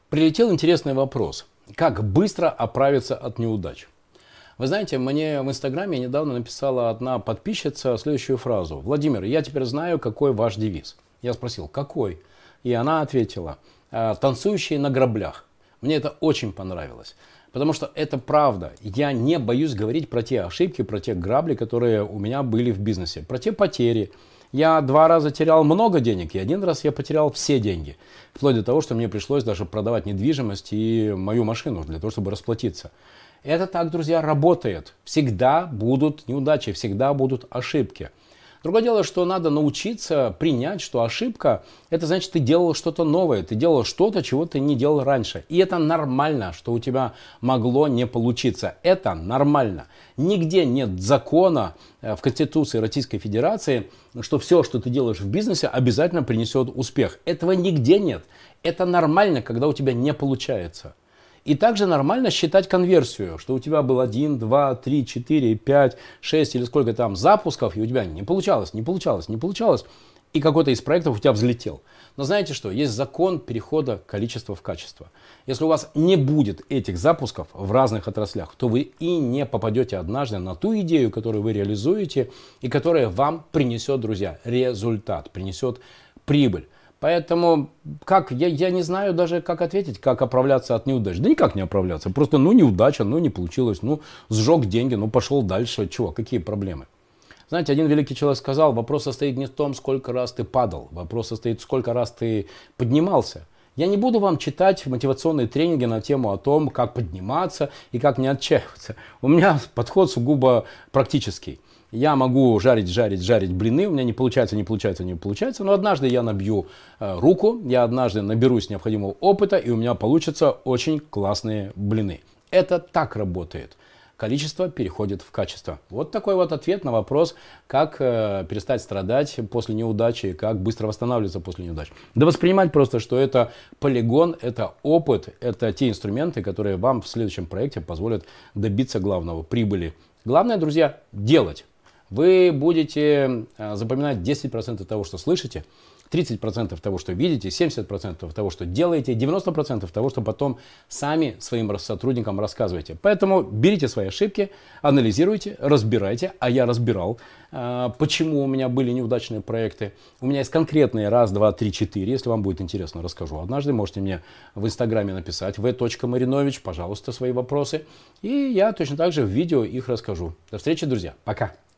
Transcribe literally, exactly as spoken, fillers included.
Прилетел интересный вопрос. Как быстро оправиться от неудач? Вы знаете, мне в Инстаграме недавно написала одна подписчица следующую фразу. Владимир, я теперь знаю, какой ваш девиз. Я спросил, какой? И она ответила, танцующие на граблях. Мне это очень понравилось. Потому что это правда. Я не боюсь говорить про те ошибки, про те грабли, которые у меня были в бизнесе. Про те потери. Я два раза терял много денег, и один раз я потерял все деньги. Вплоть до того, что мне пришлось даже продавать недвижимость и мою машину для того, чтобы расплатиться. Это так, друзья, работает. Всегда будут неудачи, всегда будут ошибки. Другое дело, что надо научиться принять, что ошибка, это значит, ты делал что-то новое, ты делал что-то, чего ты не делал раньше. И это нормально, что у тебя могло не получиться. Это нормально. Нигде нет закона в Конституции Российской Федерации, что все, что ты делаешь в бизнесе, обязательно принесет успех. Этого нигде нет. Это нормально, когда у тебя не получается. И также нормально считать конверсию, что у тебя был один, два, три, четыре, пять, шесть или сколько там запусков, и у тебя не получалось, не получалось, не получалось, и какой-то из проектов у тебя взлетел. Но знаете что, есть закон перехода количества в качество. Если у вас не будет этих запусков в разных отраслях, то вы и не попадете однажды на ту идею, которую вы реализуете, и которая вам принесет, друзья, результат, принесет прибыль. Поэтому как, я, я не знаю даже, как ответить, как оправляться от неудач. Да никак не оправляться. Просто ну неудача, ну не получилось, ну сжег деньги, ну пошел дальше. Чего, какие проблемы? Знаете, один великий человек сказал, вопрос состоит не в том, сколько раз ты падал. Вопрос состоит, сколько раз ты поднимался. Я не буду вам читать мотивационные тренинги на тему о том, как подниматься и как не отчаиваться. У меня подход сугубо практический. Я могу жарить, жарить, жарить блины, у меня не получается, не получается, не получается, но однажды я набью э, руку, я однажды наберусь необходимого опыта, и у меня получатся очень классные блины. Это так работает. Количество переходит в качество. Вот такой вот ответ на вопрос, как э, перестать страдать после неудачи, как быстро восстанавливаться после неудач. Да воспринимать просто, что это полигон, это опыт, это те инструменты, которые вам в следующем проекте позволят добиться главного, прибыли. Главное, друзья, делать. Вы будете запоминать десять процентов того, что слышите, тридцать процентов того, что видите, семьдесят процентов того, что делаете, девяносто процентов того, что потом сами своим сотрудникам рассказываете. Поэтому берите свои ошибки, анализируйте, разбирайте. А я разбирал, почему у меня были неудачные проекты. У меня есть конкретные раз, два, три, четыре. Если вам будет интересно, расскажу. Однажды можете мне в Инстаграме написать в точка маринович, пожалуйста, свои вопросы. И я точно так же в видео их расскажу. До встречи, друзья. Пока.